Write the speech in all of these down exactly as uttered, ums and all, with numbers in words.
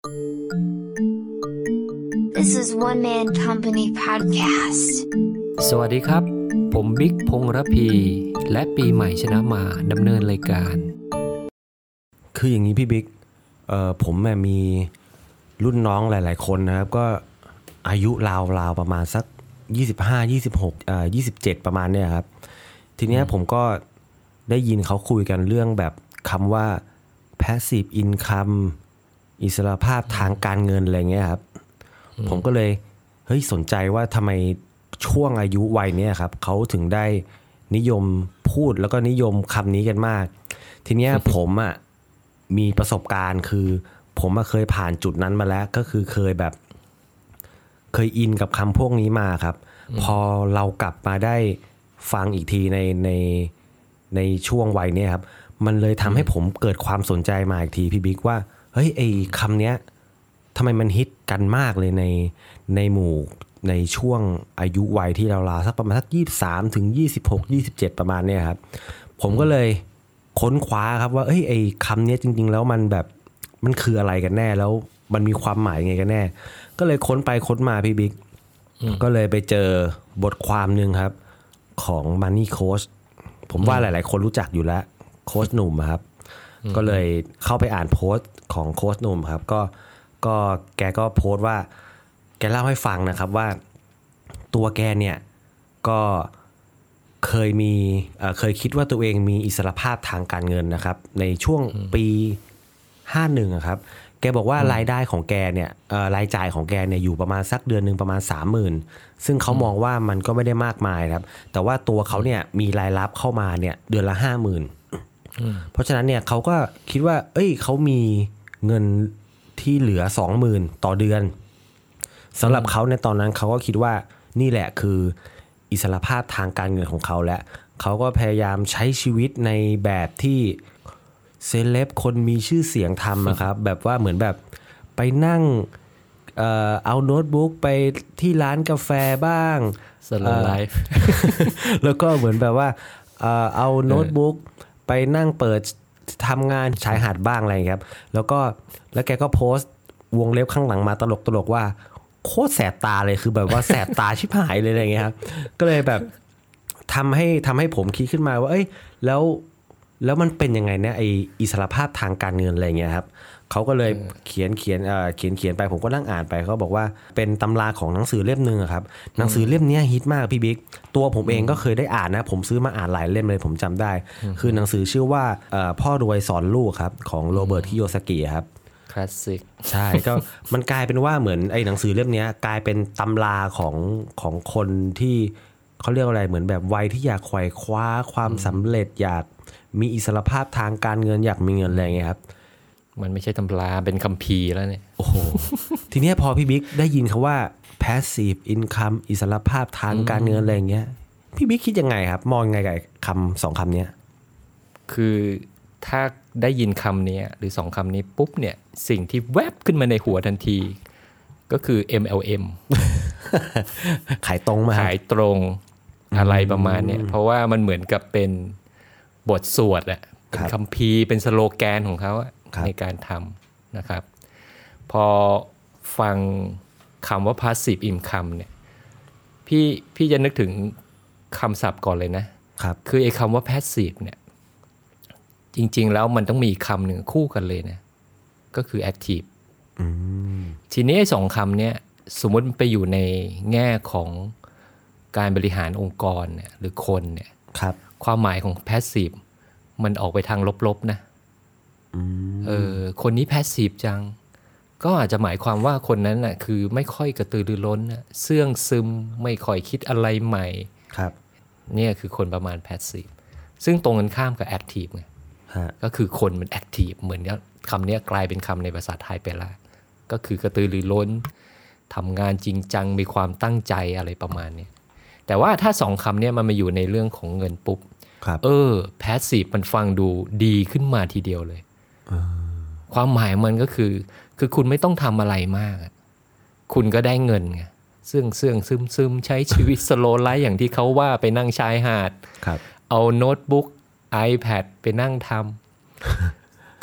This is One Man Company Podcast สวัสดีครับผมบิ๊กพงษ์ระพีและปีใหม่ชนะมาดำเนินรายการคืออย่างนี้พี่บิ๊กเอ่อผมมีรุ่นน้องหลายๆคนนะครับก็อายุราวๆประมาณสักยี่สิบห้า ยี่สิบหกเอ่อยี่สิบเจ็ดประมาณเนี้ยครับทีเนี้ยผมก็ได้ยินเขาคุยกันเรื่องแบบคำว่า passive income อิสรภาพทางการเงินอะไรเงี้ยครับผมก็เลยเฮ้ยสนใจว่าทำไมช่วงอายุวัยเนี้ยครับเขาถึงได้นิยมพูดแล้วก็นิยมคำนี้กันมากทีเนี้ย ผมอ่ะมีประสบการณ์คือผมเคยผ่านจุดนั้นมาแล้วก็คือเคยแบบเคยอินกับคำพวกนี้มาครับพอเรากลับมาได้ฟังอีกทีในในในช่วงวัยนี้ครับมันเลยทำให้ผมเกิดความสนใจมาอีกทีพี่บิ๊กว่าเฮ้ยไอ้คำเนี้ยทำไมมันฮิตกันมากเลยในในหมู่ในช่วงอายุวัยที่เราราวสักประมาณสักยี่สิบสามถึงยี่สิบหก ยี่สิบเจ็ดประมาณเนี้ยครับผมก็เลยค้นคว้าครับว่าเอ้ยไอ้คำนี้จริงๆแล้วมันแบบมันคืออะไรกันแน่แล้วมันมีความหมายไงกันแน่ก็เลยค้นไปค้นมาพี่บิ๊กก็เลยไปเจอบทความนึงครับของ Money Coach ผมว่าหลายๆคนรู้จักอยู่แล้วโค้ชหนุ่มครับก็เลยเข้าไปอ่านโพสต์ของโค้ชหนุ่มครับก็ก็แกก็โพสต์ว่าแกเล่าให้ฟังนะครับว่าตัวแกเนี่ยก็เคยมีเอ่อเคยคิดว่าตัวเองมีอิสรภาพทางการเงินนะครับในช่วงปีห้าสิบเอ็ดครับแกบอกว่ารายได้ของแกเนี่ยเอ่อรายจ่ายของแกเนี่ยอยู่ประมาณสักเดือนนึงประมาณ สามหมื่น ซึ่งเขามองว่ามันก็ไม่ได้มากมายครับแต่ว่าตัวเขาเนี่ยมีรายรับเข้ามาเนี่ยเดือนละ ห้าหมื่น เพราะฉะนั้นเนี่ยเขาก็คิดว่าเอ้ยเขามีเงินที่เหลือ สองหมื่น ต่อเดือนสำหรับเขาในตอนนั้นเขาก็คิดว่านี่แหละคืออิสรภาพทางการเงินของเขาและเขาก็พยายามใช้ชีวิตในแบบที่เซเลบคนมีชื่อเสียงทำนะครับ แบบว่าเหมือนแบบไปนั่ง เอ่อเอาโน้ตบุ๊กไปที่ร้านกาแฟบ้าง Slow Life แล้วก็เหมือนแบบว่าเอ่อเอาโน้ตบุ๊กไปนั่งเปิดทำงานชายหาดบ้างอะไรครับแล้วก็แล้วแกก็โพสต์วงเล็บข้างหลังมาตลกตลกว่าโคตรแสบตาเลยคือแบบว่าแสบตาชิบหายเลยอะไรเงี้ยครับก็เลยแบบทำให้ทำให้ผมคิดขึ้นมาว่าเอ้ยแล้วแล้วมันเป็นยังไงเนี่ยไออิสรภาพทางการเงินอะไรเงี้ยครับเขาก็เลยเขียนเขียนเอ่อเขียนเขียนไปผมก็นั่งอ่านไปเขาบอกว่าเป็นตำราของหนังสือเล่มนึงครับหนังสือเล่มนี้ฮิตมากพี่บิ๊กตัวผมเองก็เคยได้อ่านนะผมซื้อมาอ่านหลายเล่มเลยผมจำได้คือหนังสือชื่อว่าพ่อรวยสอนลูกครับของโรเบิร์ตคิโยซากิครับคลาสสิกใช่ก็มันกลายเป็นว่าเหมือนไอ้หนังสือเล่มนี้กลายเป็นตำราของของคนที่เขาเรียกอะไรเหมือนแบบวัยที่อยากไขว่คว้าความสำเร็จอยากมีอิสรภาพทางการเงินอยากมีเงินอะไรเงี้ยครับมันไม่ใช่ตำราเป็นคัมภีร์แล้วเนี่ยโอ้โห ทีนี้พอพี่บิ๊กได้ยินคำว่า passive income อิสรภาพทางการเงินอะไรเงี้ยพี่บิ๊กคิดยังไงครับมองยังไงกับคำสองคำนี้คือถ้าได้ยินคำนี้หรือสองคำนี้ปุ๊บเนี่ยสิ่งที่แวบขึ้นมาในหัวทันทีก็คือ เอ็ม แอล เอ็มขายตรงมาขายตรงอะไรประมาณเนี้ยเพราะว่ามันเหมือนกับเป็นบทสวดอะเป็นคัมภีร์เป็นสโลแกนของเขาในการทำนะครับพอฟังคำว่า passive income เนี่ยพี่พี่จะนึกถึงคำศัพท์ก่อนเลยนะครับคือไอ้คำว่า passive เนี่ยจริงๆแล้วมันต้องมีคำหนึ่งคู่กันเลยนะก็คือ active ทีนี้สองคำนี้สมมติไปอยู่ในแง่ของการบริหารองค์กรเนี่ยหรือคนเนี่ยครับความหมายของ passive มันออกไปทางลบๆนะเออคนนี้ passive จังก็อาจจะหมายความว่าคนนั้นน่ะคือไม่ค่อยกระตือรือร้นนะเสื่องซึมไม่ค่อยคิดอะไรใหม่ครับเนี่ยคือคนประมาณ passive ซึ่งตรงกันข้ามกับ active ไงก็คือคนมัน active เหมือนกับคำนี้กลายเป็นคำในภาษาไทยไปแล้วก็คือกระตือรือร้นทำงานจริงจังมีความตั้งใจอะไรประมาณนี้แต่ว่าถ้าสองคำนี้มันมาอยู่ในเรื่องของเงินปุ๊บเออ passive มันฟังดูดีขึ้นมาทีเดียวเลยความหมายมันก็คือคือคุณไม่ต้องทำอะไรมากคุณก็ได้เงินไงเสื่องเสื่องซึมซึมใช้ชีวิต slow life อย่างที่เขาว่าไปนั่งชายหาดเอาโน้ตบุ๊ก iPad ไปนั่งทำ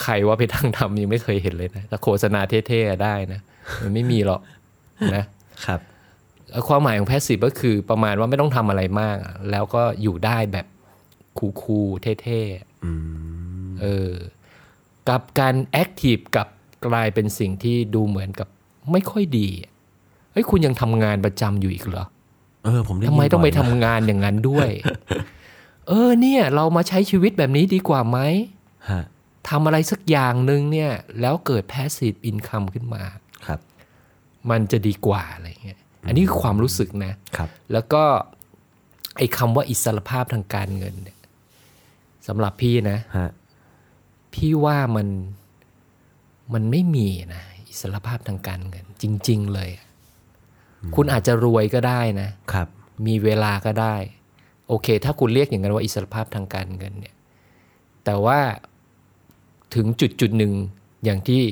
ใครว่าไปทั้งทำยังไม่เคยเห็นเลยนะแต่โฆษณาเท่ๆได้นะมันไม่มีหรอกนะครับความหมายของ passive ก็คือประมาณว่าไม่ต้องทำอะไรมากแล้วก็อยู่ได้แบบคูลๆเท่ๆเออกับการ active กับกลายเป็นสิ่งที่ดูเหมือนกับไม่ค่อยดีเฮ้ยคุณยังทำงานประจำอยู่อีกเหรอเออผมได้ยินทำไมต้องไปทำงานอย่างนั้นด้วย เออเนี่ยเรามาใช้ชีวิตแบบนี้ดีกว่าไหมทำอะไรสักอย่างนึงเนี่ยแล้วเกิด passive income ขึ้นมาครับมันจะดีกว่าอะไรเงี้ยอันนี้คือความรู้สึกนะครับแล้วก็ไอ้คำว่าอิสรภาพทางการเงินเนี่ยสำหรับพี่นะพี่ว่ามันมันไม่มีนะอิสรภาพทางการเงินจริงๆเลยคุณอาจจะรวยก็ได้นะครับมีเวลาก็ได้โอเคถ้าคุณเรียกอย่างนั้นว่าอิสรภาพทางการเงินเนี่ยแต่ว่าถึงจุดจุดหนึ่งอย่างที่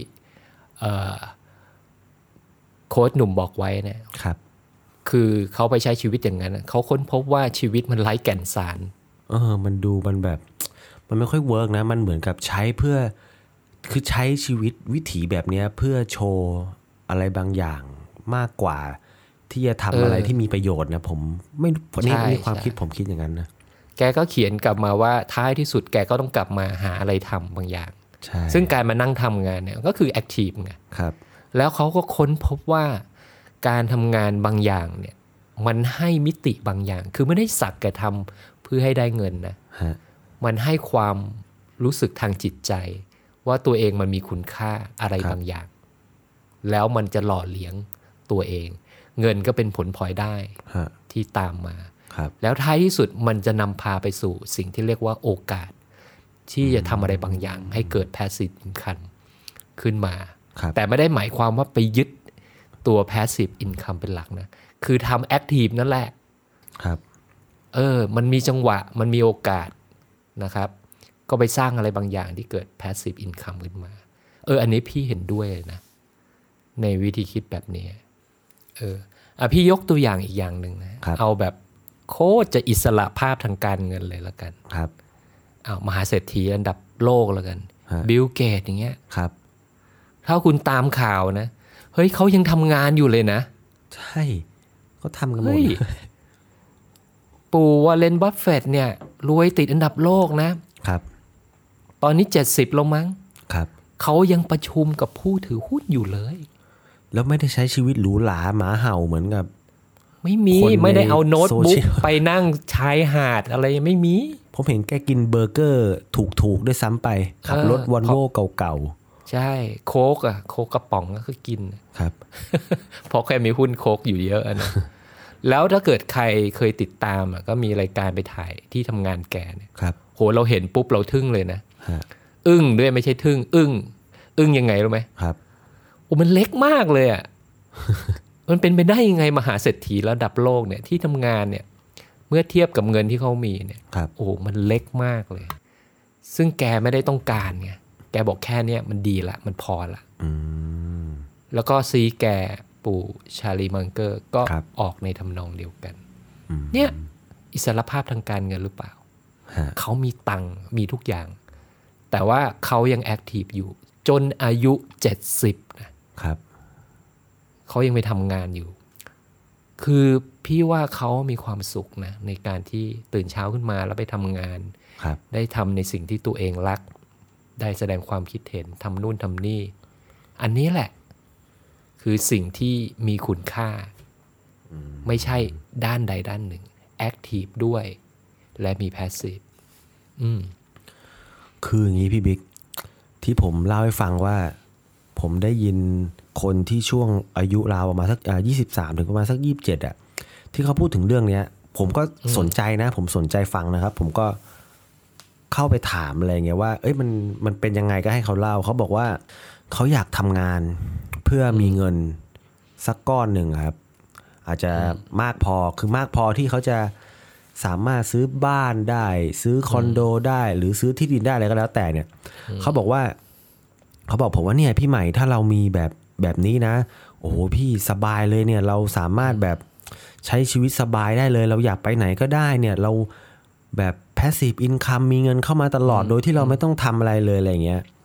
โค้ชหนุ่มบอกไว้นะครับคือเขาไปใช้ชีวิตอย่างนั้นเขาค้นพบว่าชีวิตมันไร้แก่นสารเออมันดูมันแบบมันไม่ค่อยเวิร์กนะมันเหมือนกับใช้เพื่อคือใช้ชีวิตวิถีแบบนี้เพื่อโชว์อะไรบางอย่างมากกว่าที่จะทำอะไรที่มีประโยชน์นะผมไม่นี่นี่ความคิดผมคิดอย่างนั้นนะแกก็เขียนกลับมาว่าท้ายที่สุดแกก็ต้องกลับมาหาอะไรทำบางอย่างซึ่งการมานั่งทำงานเนี่ยก็คือแอคทีฟไงครับแล้วเขาก็ค้นพบว่าการทำงานบางอย่างเนี่ยมันให้มิติบางอย่างคือไม่ได้สักแต่ทำเพื่อให้ได้เงินนะมันให้ความรู้สึกทางจิตใจว่าตัวเองมันมีคุณค่าอะไรบางอย่างแล้วมันจะหล่อเลี้ยงตัวเองเงินก็เป็นผลพลอยได้ที่ตามมาแล้วท้ายที่สุดมันจะนำพาไปสู่สิ่งที่เรียกว่าโอกาสที่จะทำอะไรบางอย่างให้เกิด passive income ขึ้นมาแต่ไม่ได้หมายความว่าไปยึดตัว passive income เป็นหลักนะคือทำ active นั่นแหละครับเออมันมีจังหวะมันมีโอกาสนะครับก็ไปสร้างอะไรบางอย่างที่เกิด passive income ขึ้นมาเอออันนี้พี่เห็นด้วยเลยนะในวิธีคิดแบบนี้เอออ่ะพี่ยกตัวอย่างอีกอย่างหนึ่งนะเอาแบบโคตรจะอิสระภาพทางการเงินเลยละกันครับเอามหาเศรษฐีอันดับโลกแล้วกันบิลเกตอย่างเงี้ยครับถ้าคุณตามข่าวนะเฮ้ยเขายังทำงานอยู่เลยนะใช่เขาทำกันหมดปู่วอร์เรน บัฟเฟตต์เนี่ยรวยติดอันดับโลกนะครับตอนนี้เจ็ดสิบแล้วมั้งครับเขายังประชุมกับผู้ถือหุ้นอยู่เลยแล้วไม่ได้ใช้ชีวิตหรูหราหมาเห่าเหมือนกับไม่มีไม่ได้เอาโน้ตบุ๊กไปนั่งชายหาดอะไรไม่มีผมเห็นแกกินเบอร์เกอร์ถูกๆด้วยซ้ำไปขับรถวอลโว่เก่าๆใช่โค้กอ่ะโค้กกระป๋องก็คือกินครับเพราะแค่มีหุ้นโค้กอยู่เยอะนะแล้วถ้าเกิดใครเคยติดตามอ่ะก็มีรายการไปถ่ายที่ทำงานแกเนี่ยครับโหเราเห็นปุ๊บเราทึ่งเลยนะอึ้งด้วยไม่ใช่ทึ่งอึ้งอึ้งยังไงรู้ไหมครับโอ้มันเล็กมากเลยอ่ะ มันเป็นไปได้ยังไงมหาเศรษฐีระดับโลกเนี่ยที่ทำงานเนี่ยเมื่อเทียบกับเงินที่เขามีเนี่ยโอ้มันเล็กมากเลยซึ่งแกไม่ได้ต้องการไงแกบอกแค่เนี้ยมันดีละมันพอละแล้วก็ซีแกปู่ชาลีมังเกอร์ก็ออกในทำนองเดียวกันเนี่ยอิสรภาพทางการเงินหรือเปล่าเขามีตังค์มีทุกอย่างแต่ว่าเขายังแอคทีฟอยู่จนอายุเจ็ดสิบนะครับเขายังไปทำงานอยู่คือพี่ว่าเขามีความสุขนะในการที่ตื่นเช้าขึ้นมาแล้วไปทำงานได้ทำในสิ่งที่ตัวเองรักได้แสดงความคิดเห็นทำนู่นทำนี่อันนี้แหละคือสิ่งที่มีคุณค่าไม่ใช่ด้านใดด้านหนึ่งแอคทีฟด้วยและมีแพสซีฟอืมคืออย่างนี้พี่บิ๊กที่ผมเล่าให้ฟังว่าผมได้ยินคนที่ช่วงอายุราวประมาณสักยี่สิบสามถึงประมาณสักยี่สิบเจ็ดอ่ะที่เขาพูดถึงเรื่องเนี้ยผมก็สนใจนะผมสนใจฟังนะครับผมก็เข้าไปถามอะไรเงี้ยว่าเอ้ยมันมันเป็นยังไงก็ให้เขาเล่าเขาบอกว่าเขาอยากทำงานเพื่อมีเงินสักก้อนหนึ่งครับอาจจะมากพอคือมากพอที่เขาจะสามารถซื้อบ้านได้ซื้อคอนโดได้หรือซื้อที่ดินได้อะไรก็แล้วแต่เนี่ยเขาบอกว่าเขาบอกผมว่าเนี่ยพี่ใหม่ถ้าเรามีแบบแบบนี้นะโอ้โหพี่สบายเลยเนี่ยเราสามารถแบบใช้ชีวิตสบายได้เลยเราอยากไปไหนก็ได้เนี่ยเราแบบ passive income มีเงินเข้ามาตลอดโดยที่เราไม่ต้องทำอะไรเลยอะไรเงี้ย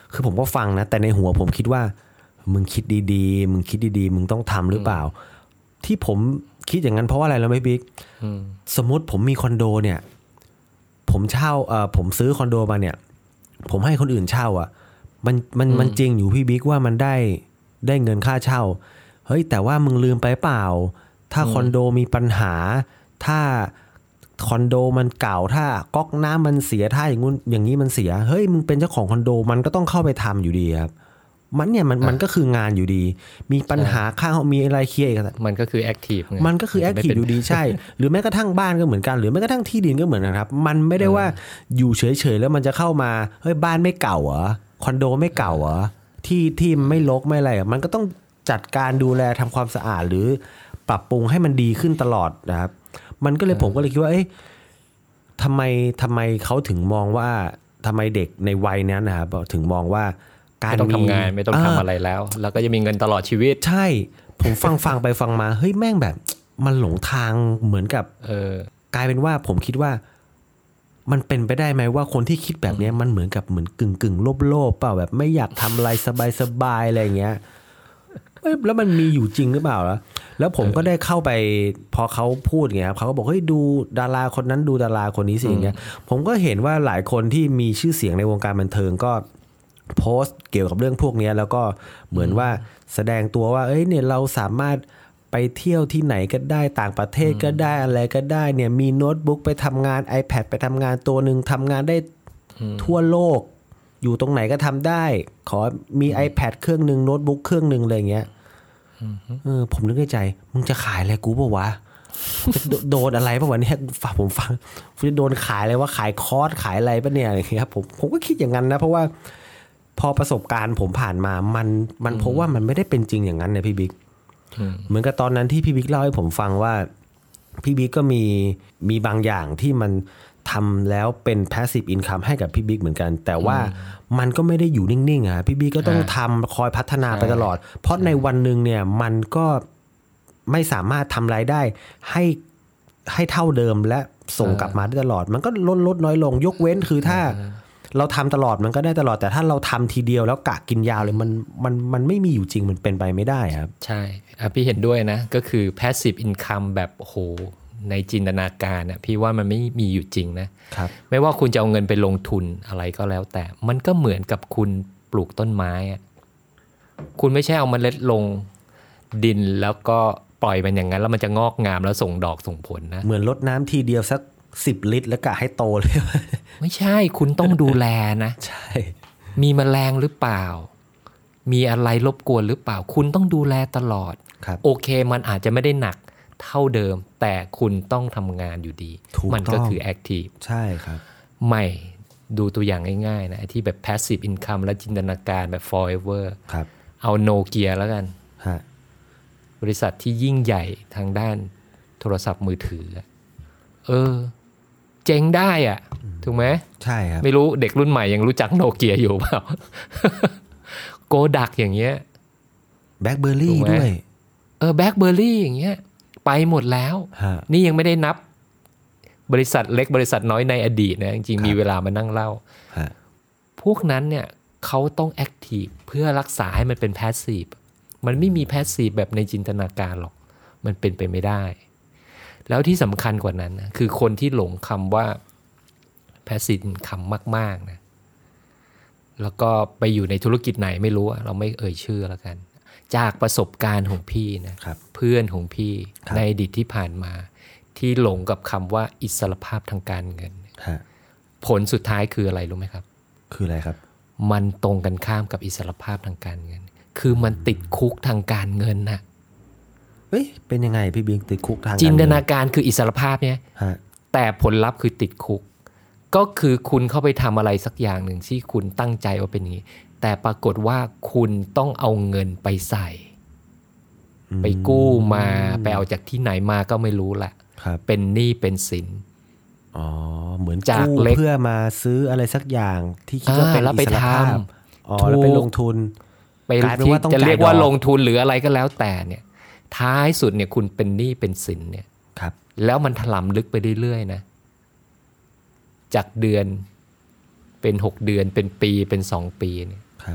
คือผมก็ฟังนะแต่ในหัวผมคิดว่ามึงคิดดีๆมึงคิดดีๆมึงต้องทำหรือเปล่าที่ผมคิดอย่างนั้นเพราะว่าอะไรแล้วไหมบิ๊กสมมติผมมีคอนโดเนี่ยผมเช่าเอ่อผมซื้อคอนโดมาเนี่ยผมให้คนอื่นเช่าอ่ะมันมันมันจริงอยู่พี่บิ๊กว่ามันได้ได้เงินค่าเช่าเฮ้ยแต่ว่ามึงลืมไปเปล่าถ้าคอนโดมีปัญหาถ้าคอนโดมันเก่าถ้าก๊อกน้ำมันเสียถ้าอย่างงู้นอย่างนี้มันเสียเฮ้ยมึงเป็นเจ้าของคอนโดมันก็ต้องเข้าไปทำอยู่ดีครับมันเนี่ยมันมันก็คืองานอยู่ดีมีปัญหาข้างมีอะไรเคลียร์อีกมันก็คือแอคทีฟมันก็คือแอคทีฟอยู่ดีใช่หรือแม้กระทั่งบ้านก็เหมือนกันหรือแม้กระทั่งที่ดินก็เหมือนกันครับมันไม่ได้ว่าอยู่เฉยๆแล้วมันจะเข้ามาเฮ้ยบ้านไม่เก่าเหรอคอนโดไม่เก่าเหรอที่ที่ไม่รกไม่อะไรมันก็ต้องจัดการดูแลทำความสะอาดหรือปรับปรุงให้มันดีขึ้นตลอดนะครับมันก็เลยผมก็เลยคิดว่าเอ๊ะทำไมทำไมเขาถึงมองว่าทำไมเด็กในวัยนั้นนะครับถึงมองว่าการไม่ต้องทำงานไม่ต้องทำอะไรแล้วแล้วก็จะมีเงินตลอดชีวิตใช่ผมฟังฟังไปฟังมาเฮ้ยแม่งแบบมันหลงทางเหมือนกับเออกลายเป็นว่าผมคิดว่ามันเป็นไปได้ไหมว่าคนที่คิดแบบนี้มันเหมือนกับเหมือนกึ่งกึ่งโลภโลภเปล่าแบบไม่อยากทำอะไรสบายสบายอะไรอย่างเงี้ยแล้วมันมีอยู่จริงหรือเปล่าล่ะแล้วผมก็ได้เข้าไปพอเขาพูดอย่างเงี้ยครับเขาก็บอกเฮ้ยดูดาราคนนั้นดูดาราคนนี้สิอย่างเงี้ยผมก็เห็นว่าหลายคนที่มีชื่อเสียงในวงการบันเทิงก็โพสต์เกี่ยวกับเรื่องพวกนี้แล้วก็เหมือนว่าแสดงตัวว่าเอ้ยเนี่ยเราสามารถไปเที่ยวที่ไหนก็ได้ต่างประเทศก็ได้อะไรก็ได้เนี่ยมีโน้ตบุ๊กไปทำงาน iPad ไปทำงานตัวนึงทำงานได้ทั่วโลกอยู่ตรงไหนก็ทำได้ขอมี iPad เครื่องนึงโน้ตบุ๊กเครื่องนึงอะไรเงี้ยเออผมนึกในใจมึงจะขายอะไรกูเปล่าวะโดนอะไรป่ะวันนี้ฟังผมฟังกูจะโดนขายอะไรว่าขายคอร์สขายอะไรป่ะเนี่ยอะไรเงี้ยผมผมก็คิดอย่างนั้นนะเพราะว่าพอประสบการณ์ผมผ่านมามันมันเพราะว่ามันไม่ได้เป็นจริงอย่างนั้นเนี่ยพี่บิ๊กเหมือนกับตอนนั้นที่พี่บิ๊กเล่าให้ผมฟังว่าพี่บิ๊กก็มีมีบางอย่างที่มันทำแล้วเป็น passive income ให้กับพี่บิ๊กเหมือนกันแต่ว่ามันก็ไม่ได้อยู่นิ่งๆอ่ะพี่บิ๊กก็ต้องทำคอยพัฒนาไปตลอดเพราะในวันหนึ่งเนี่ยมันก็ไม่สามารถทำรายได้ให้ให้เท่าเดิมและส่งกลับมาได้ตลอดมันก็ลดลดน้อยลงยกเว้นคือถ้าเราทำตลอดมันก็ได้ตลอดแต่ถ้าเราทำทีเดียวแล้วกะกินยาวเลยมันมันมันไม่มีอยู่จริงมันเป็นไปไม่ได้ครับใช่พี่เห็นด้วยนะก็คือ passive income แบบโหในจินตนาการน่ะพี่ว่ามันไม่มีอยู่จริงนะครับไม่ว่าคุณจะเอาเงินไปลงทุนอะไรก็แล้วแต่มันก็เหมือนกับคุณปลูกต้นไม้อ่ะคุณไม่ใช่เอาเมล็ดลงดินแล้วก็ปล่อยมันอย่างนั้นแล้วมันจะงอกงามแล้วส่งดอกส่งผลนะเหมือนรดน้ำทีเดียวสักสิบลิตรแล้วกะให้โตเลยไม่ใช่คุณต้องดูแลนะใช่มีแมลงหรือเปล่ามีอะไรรบกวนหรือเปล่าคุณต้องดูแลตลอดโอเคมันอาจจะไม่ได้หนักเท่าเดิมแต่คุณต้องทำงานอยู่ดีมันก็คือแอคทีฟใช่ครับไม่ดูตัวอย่างง่ายๆนะที่แบบ passive income และจินตนาการแบบ forever ครับเอาโนเกียแล้วกันบริษัทที่ยิ่งใหญ่ทางด้านโทรศัพท์มือถือเออเจ๊งได้อ่ะถูกไหมใช่ครับไม่รู้เด็กรุ่นใหม่ยังรู้จักโนเกียอยู่เปล่าโกดักอย่างเงี้ยแบล็คเบอร์รี่ด้วยเออแบล็คเบอร์รี่อย่างเงี้ยไปหมดแล้วนี่ยังไม่ได้นับบริษัทเล็กบริษัทน้อยในอดีตนะจริงๆมีเวลามานั่งเล่าพวกนั้นเนี่ยเขาต้องแอคทีฟเพื่อรักษาให้มันเป็นแพสซีฟมันไม่มีแพสซีฟแบบในจินตนาการหรอกมันเป็นไปไม่ได้แล้วที่สำคัญกว่านั้นนะคือคนที่หลงคำว่า passive income มากๆนะแล้วก็ไปอยู่ในธุรกิจไหนไม่รู้เราไม่เอ่ยชื่อแล้วกันจากประสบการณ์ของพี่นะเพื่อนของพี่ในอดีตที่ผ่านมาที่หลงกับคำว่าอิสรภาพทางการเงินผลสุดท้ายคืออะไรรู้ไหมครับคืออะไรครับมันตรงกันข้ามกับอิสรภาพทางการเงินคือมันติดคุกทางการเงินนะเอ้ยเป็นยังไงพี่บิงติดคุกทางจินตนาการคืออิสรภาพเนี่ยแต่ผลลัพธ์คือติดคุกก็คือคุณเข้าไปทำอะไรสักอย่างหนึ่งที่คุณตั้งใจว่าเป็นอย่างนี้แต่ปรากฏว่าคุณต้องเอาเงินไปใส่ไปกู้มาไปเอาจากที่ไหนมาก็ไม่รู้แหละเป็นหนี้เป็นสินอ๋อเหมือนกู้เพื่อมาซื้ออะไรสักอย่างที่คิดว่าเป็นอิสรภาพอ๋อแล้วไปลงทุนไปที่จะเรียกว่าลงทุนหรืออะไรก็แล้วแต่เนี่ยท้ายสุดเนี่ยคุณเป็นหนี้เป็นสินเนี่ยแล้วมันถลำลึกไปเรื่อยๆนะจากเดือนเป็นหกเดือนเป็นปีเป็นสองปีเนี่ย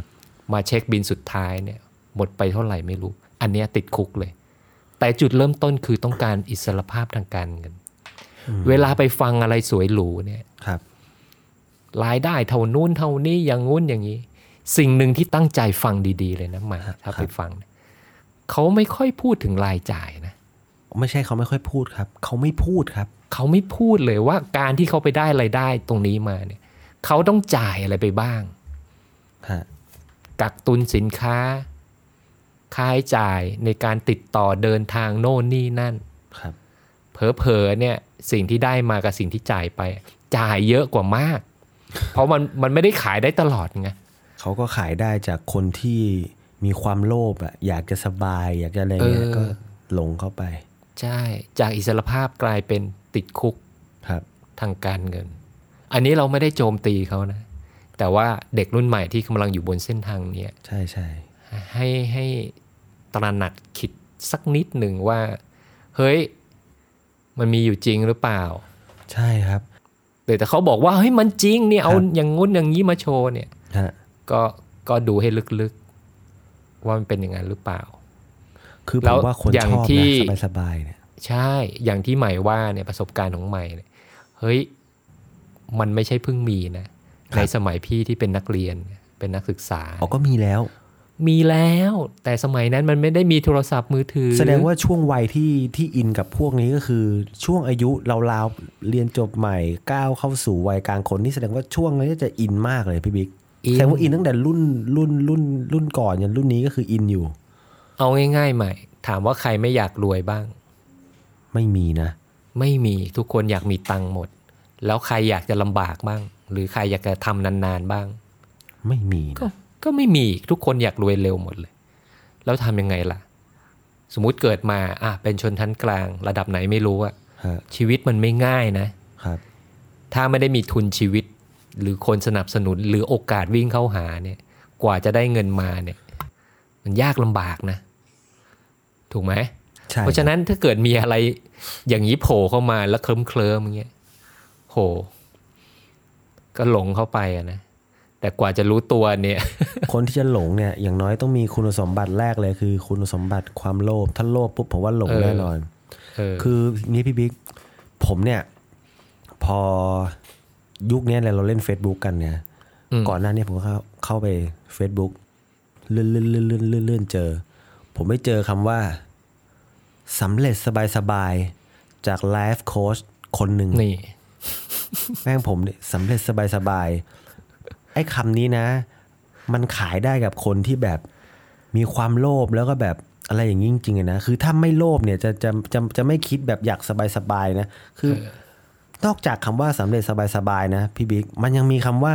มาเช็คบินสุดท้ายเนี่ยหมดไปเท่าไหร่ไม่รู้อันเนี้ยติดคุกเลยแต่จุดเริ่มต้นคือต้องการอิสรภาพทางการเงินเวลาไปฟังอะไรสวยหรูเนี่ยครับรายได้เท่านู้นเท่านี้อย่างงู้นอย่างนี้สิ่งหนึ่งที่ตั้งใจฟังดีๆเลยนะมาถ้าไปฟังเขาไม่ค่อยพูดถึงรายจ่ายนะไม่ใช่เขาไม่ค่อยพูดครับเขาไม่พูดครับเขาไม่พูดเลยว่าการที่เขาไปได้รายได้ตรงนี้มาเนี่ยเขาต้องจ่ายอะไรไปบ้างกักตุนสินค้าค่าใช้จ่ายในการติดต่อเดินทางโน่นนี่นั่นครับเผลอๆเนี่ยสิ่งที่ได้มากับสิ่งที่จ่ายไปจ่ายเยอะกว่ามากเพราะมันมันไม่ได้ขายได้ตลอดไงเขาก็ขายได้จากคนที่มีความโลภอ่ะอยากจะสบายอยากจะอะไรเงี้ยก็หลงเข้าไปใช่จากอิสรภาพกลายเป็นติดคุกครับทางการเงินอันนี้เราไม่ได้โจมตีเขานะแต่ว่าเด็กรุ่นใหม่ที่กำลังอยู่บนเส้นทางนี้ใช่ใช่ให้ให้ตระหนักคิดสักนิดหนึ่งว่าเฮ้ยมันมีอยู่จริงหรือเปล่าใช่ครับแต่แต่เขาบอกว่าเฮ้ยมันจริงเนี่ยเอาอย่างงุ้นอย่างนี้มาโชว์เนี่ยก็ก็ดูให้ลึกๆว่ามันเป็นอย่างนั้นหรือเปล่าคือผมว่าคนชอบนะสบายๆเนี่ยใช่อย่างที่ใหม่ว่าเนี่ยประสบการณ์ของใหม่เนี่ยเฮ้ยมันไม่ใช่เพิ่งมีนะในสมัยพี่ที่เป็นนักเรียนเป็นนักศึกษาอ๋อก็มีแล้วมีแล้วแต่สมัยนั้นมันไม่ได้มีโทรศัพท์มือถือแสดงว่าช่วงวัยที่ที่อินกับพวกนี้ก็คือช่วงอายุราวๆเรียนจบใหม่ก้าวเข้าสู่วัยกลางคนนี่แสดงว่าช่วงนี้จะอินมากเลยพี่บิ๊กแสดงว่าอินตั้งแต่รุ่นรุ่นรุ่นรุ่นก่อนยันรุ่นนี้ก็คืออินอยู่เอาง่ายๆใหม่ถามว่าใครไม่อยากรวยบ้างไม่มีนะไม่มีทุกคนอยากมีตังค์หมดแล้วใครอยากจะลำบากบ้างหรือใครอยากจะทำนานๆบ้างไม่มีนะก็ก็ไม่มีทุกคนอยากรวยเร็วหมดเลยแล้วทำยังไงล่ะสมมุติเกิดมาอ่ะเป็นชนชั้นกลางระดับไหนไม่รู้อะชีวิตมันไม่ง่ายนะครับถ้าไม่ได้มีทุนชีวิตหรือคนสนับสนุนหรือโอกาสวิ่งเข้าหาเนี่ยกว่าจะได้เงินมาเนี่ยมันยากลำบากนะถูกไหมเพราะฉะนั้นถ้าเกิดมีอะไรอย่างนี้โผล่เข้ามาแล้วเคลิ้มเคลิ้มอย่างเงี้ยโหก็หลงเข้าไปอะนะแต่กว่าจะรู้ตัวเนี่ยคนที่จะหลงเนี่ยอย่างน้อยต้องมีคุณสมบัติแรกเลยคือคุณสมบัติความโลภถ้าโลภปุ๊บผมว่าหลงแน่นอนคือนี่พี่บิ๊กผมเนี่ยพอยุคนี้เราเล่น Facebook กันเนี่ยก่อนหน้านี้ผมก็เข้าเข้าไป Facebook เลื่อนเลื่อนเลื่อนเลื่อนเลื่อนเจอผมไม่เจอคำว่าสำเร็จสบายๆจากไลฟ์โค้ชคนหนึ่งนี่แม่งผมเนี่ยสำเร็จสบายๆไอ้คำนี้นะมันขายได้กับคนที่แบบมีความโลภแล้วก็แบบอะไรอย่างนี้จริงๆนะคือถ้าไม่โลภเนี่ยจะจะจะจะไม่คิดแบบอยากสบายๆนะคือนอกจากคำว่าสำเร็จสบายๆนะพี่บิ๊กมันยังมีคำว่า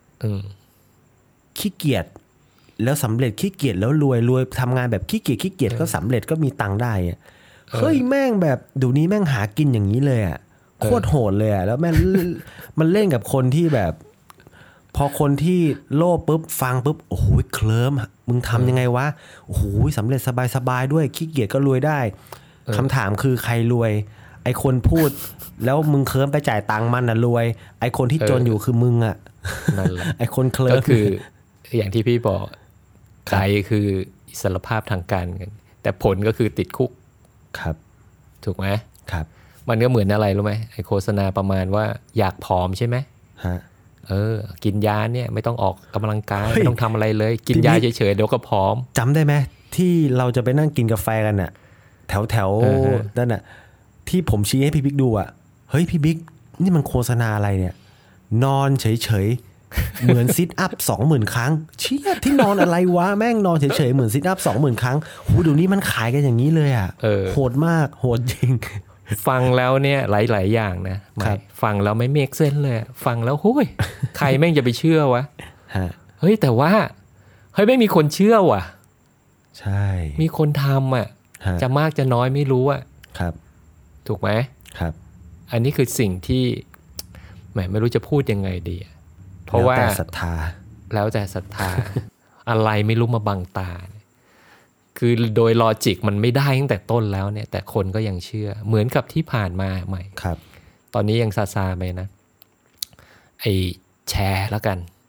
ขี้เกียจแล้วสำเร็จขี้เกียจแล้วรวยรวยทำงานแบบขี้เกียจขี้เกียจก็สำเร็จก็มีตังค์ได้เฮ้ยแม่งแบบเดี๋ยวนี้แม่งหากินอย่างนี้เลยอ่ะโคตรโหดเลยอ่ะแล้วแม่งมันเล่นกับคนที่แบบพอคนที่โลภปุ๊บฟังปุ๊บโอ้โหเคลิ้มมึงทำยังไงวะโอ้โหสำเร็จสบายๆด้วยขี้เกียจก็รวยได้คำถามคือใครรวยไอคนพูดแล้วมึงเคลิ้มไปจ่ายตังค์มันน่ะรวยไอคนที่จนอยู่คือมึงอ่ะนั่นแหละไอคนเคลิ้มก็คืออย่างที่พี่บอกใจคืออิสรภาพทางการเงินแต่ผลก็คือติดคุกครับถูกไหมครับมันก็เหมือนอะไรรู้ไหมไอโฆษณาประมาณว่าอยากผอมใช่ไหมฮะเออกินยาเนี่ยไม่ต้องออกกำลังกายไม่ต้องทำอะไรเลยกินยาเฉยๆเดี๋ยวก็ผอมจำได้ไหมที่เราจะไปนั่งกินกาแฟกันน่ะแถวแถวนั่นน่ะที่ผมชี้ให้พี่บิ๊กดูอ่ะเฮ้ยพี่บิ๊กนี่มันโฆษณาอะไรเนี่ยนอนเฉยๆเหมือนซิทอัพ สองหมื่น ครั้งเชี่ยที่นอนอะไรวะแม่งนอนเฉยๆเหมือนซิทอัพ สองหมื่น ครั้งโหเดี๋ยวนี้มันขายกันอย่างนี้เลยอ่ะโหดมากโหดจริงฟังแล้วเนี่ยหลายๆอย่างนะฟังแล้วไม่เมคเซนส์เลยฟังแล้วโอ้ยใครแม่งจะไปเชื่อวะเฮ้ยแต่ว่าเฮ้ยไม่มีคนเชื่อว่ะใช่มีคนทำอ่ะจะมากจะน้อยไม่รู้อ่ะครับถูกไหมครับอันนี้คือสิ่งที่แหมไม่รู้จะพูดยังไงดีเพราะว่าแล้วแต่ศรัทธาแล้วแต่ศรัทธา อะไรไม่รู้มาบังตาคือโดยลอจิกมันไม่ได้ตั้งแต่ต้นแล้วเนี่ยแต่คนก็ยังเชื่อเหมือนกับที่ผ่านมาใหม่ครับตอนนี้ยังซาซาไปนะไอแชร์แล้วกัน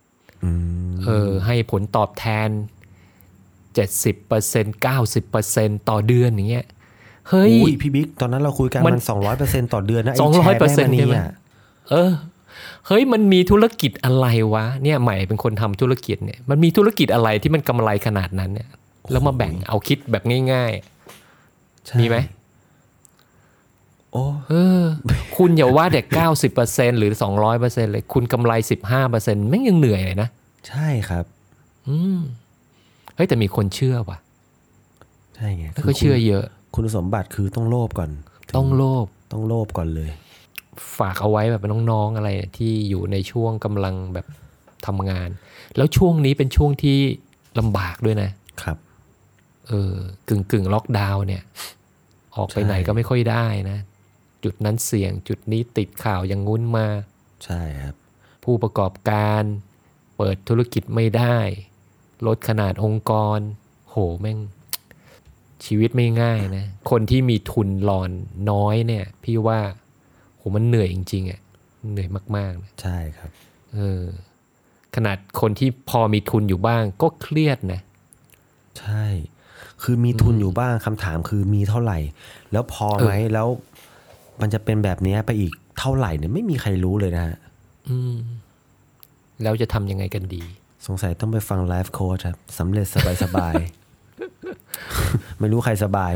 เออให้ผลตอบแทน เจ็ดสิบเปอร์เซ็นต์ เก้าสิบเปอร์เซ็นต์ ต่อเดือนอย่างเงี้ยเฮ้ยอุ้ยพี่บิ๊กตอนนั้นเราคุยกันมัน สองร้อยเปอร์เซ็นต์ ต่อเดือนนะไอ้สองร้อยเปอร์เซ็นต์แชร์แม่มณีใช่ไหมอ่ะเออเฮ้ยมันมีธุรกิจอะไรวะเนี่ยใหม่เป็นคนทำธุรกิจเนี่ยมันมีธุรกิจอะไรที่มันกำไรขนาดนั้นเนี่ยแล้วมาแบ่งเอาคิดแบบง่ายๆมีไหมโอ้เออคุณอย่าว่าแต่ เก้าสิบเปอร์เซ็นต์ หรือ สองร้อยเปอร์เซ็นต์ เลยคุณกำไร สิบห้าเปอร์เซ็นต์ แม่งยังเหนื่อยเลยนะใช่ครับอืมเฮ้ยแต่มีคนเชื่อว่ะใช่ไงแล้วก็เชื่อเยอะคุณสมบัติคือต้องโลภก่อนต้องโลภต้องโลภก่อนเลยฝากเอาไว้แบบน้องๆอะไรที่อยู่ในช่วงกำลังแบบทำงานแล้วช่วงนี้เป็นช่วงที่ลำบากด้วยนะครับเออกึ่งกึ่งล็อกดาวน์เนี่ยออกไปไหนก็ไม่ค่อยได้นะจุดนั้นเสี่ยงจุดนี้ติดข่าวอย่างงุ้นมาใช่ครับผู้ประกอบการเปิดธุรกิจไม่ได้ลดขนาดองค์กรโหแม่งชีวิตไม่ง่ายนะคนที่มีทุนรอนน้อยเนี่ยพี่ว่าโหมันเหนื่อยจริงๆอ่ะเหนื่อยมากๆนะใช่ครับเออขนาดคนที่พอมีทุนอยู่บ้างก็เครียดนะใช่คือมีทุนอยู่บ้างคำถามคือมีเท่าไหร่แล้วพอไหมแล้วมันจะเป็นแบบนี้ไปอีกเท่าไหร่เนี่ยไม่มีใครรู้เลยนะฮะอืมแล้วจะทำยังไงกันดีสงสัยต้องไปฟังไลฟ์โค้ชครับสำเร็จสบายๆ ไม่รู้ใครสบาย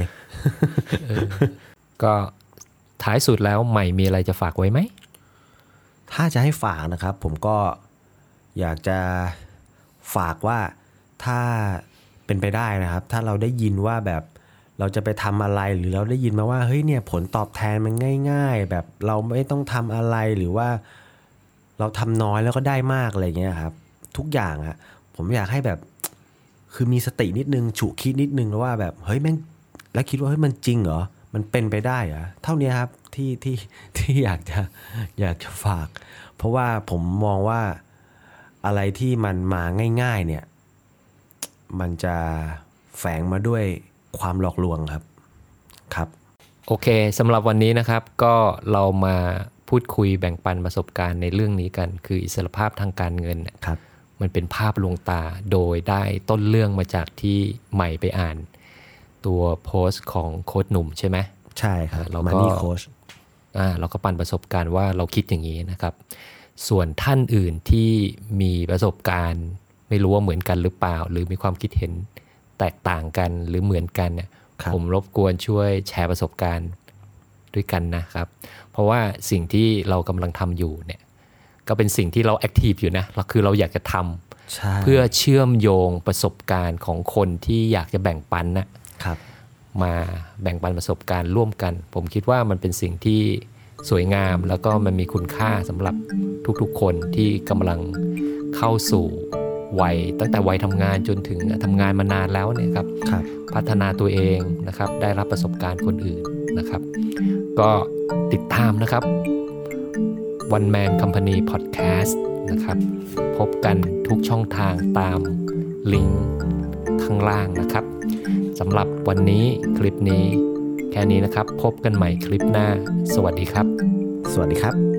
ก็ท้ายสุดแล้วใหม่มีอะไรจะฝากไว้ไหมถ้าจะให้ฝากนะครับผมก็อยากจะฝากว่าถ้าเป็นไปได้นะครับถ้าเราได้ยินว่าแบบเราจะไปทำอะไรหรือเราได้ยินมาว่าเฮ้ยเนี่ยผลตอบแทนมันง่ายๆแบบเราไม่ต้องทำอะไรหรือว่าเราทำน้อยแล้วก็ได้มากอะไรเงี้ยครับทุกอย่างอะผมอยากให้แบบคือมีสตินิดนึงฉุกคิดนิดนึงว่าแบบเฮ้ยแม่งแล้วคิดว่าเฮ้ยมันจริงเหรอมันเป็นไปได้เหรอเท่านี้ครับที่ที่ที่อยากจะอยากจะฝากเพราะว่าผมมองว่าอะไรที่มันมาง่ายๆเนี่ยมันจะแฝงมาด้วยความหลอกลวงครับครับโอเคสำหรับวันนี้นะครับก็เรามาพูดคุยแบ่งปันประสบการณ์ในเรื่องนี้กันคืออิสรภาพทางการเงินครับมันเป็นภาพลวงตาโดยได้ต้นเรื่องมาจากที่ใหม่ไปอ่านตัวโพสต์ของโค้ชหนุ่มใช่ไหมใช่ครับเราก็โค้ชอ่าเราก็ปันประสบการณ์ว่าเราคิดอย่างนี้นะครับส่วนท่านอื่นที่มีประสบการณ์ไม่รู้ว่าเหมือนกันหรือเปล่าหรือมีความคิดเห็นแตกต่างกันหรือเหมือนกันเนี่ยผมรบกวนช่วยแชร์ประสบการณ์ด้วยกันนะครับเพราะว่าสิ่งที่เรากำลังทำอยู่เนี่ยก็เป็นสิ่งที่เราแอคทีฟอยู่นะเราคือเราอยากจะทำเพื่อเชื่อมโยงประสบการณ์ของคนที่อยากจะแบ่งปันนะครับมาแบ่งปันประสบการณ์ร่วมกันผมคิดว่ามันเป็นสิ่งที่สวยงามแล้วก็มันมีคุณค่าสำหรับทุกๆคนที่กำลังเข้าสู่วัยตั้งแต่วัยทำงานจนถึงทำงานมานานแล้วเนี่ยครับพัฒนาตัวเองนะครับได้รับประสบการณ์คนอื่นนะครับก็ติดตามนะครับ One Man Company Podcast นะครับพบกันทุกช่องทางตามลิงก์ข้างล่างนะครับสำหรับวันนี้คลิปนี้แค่นี้นะครับพบกันใหม่คลิปหน้าสวัสดีครับสวัสดีครับ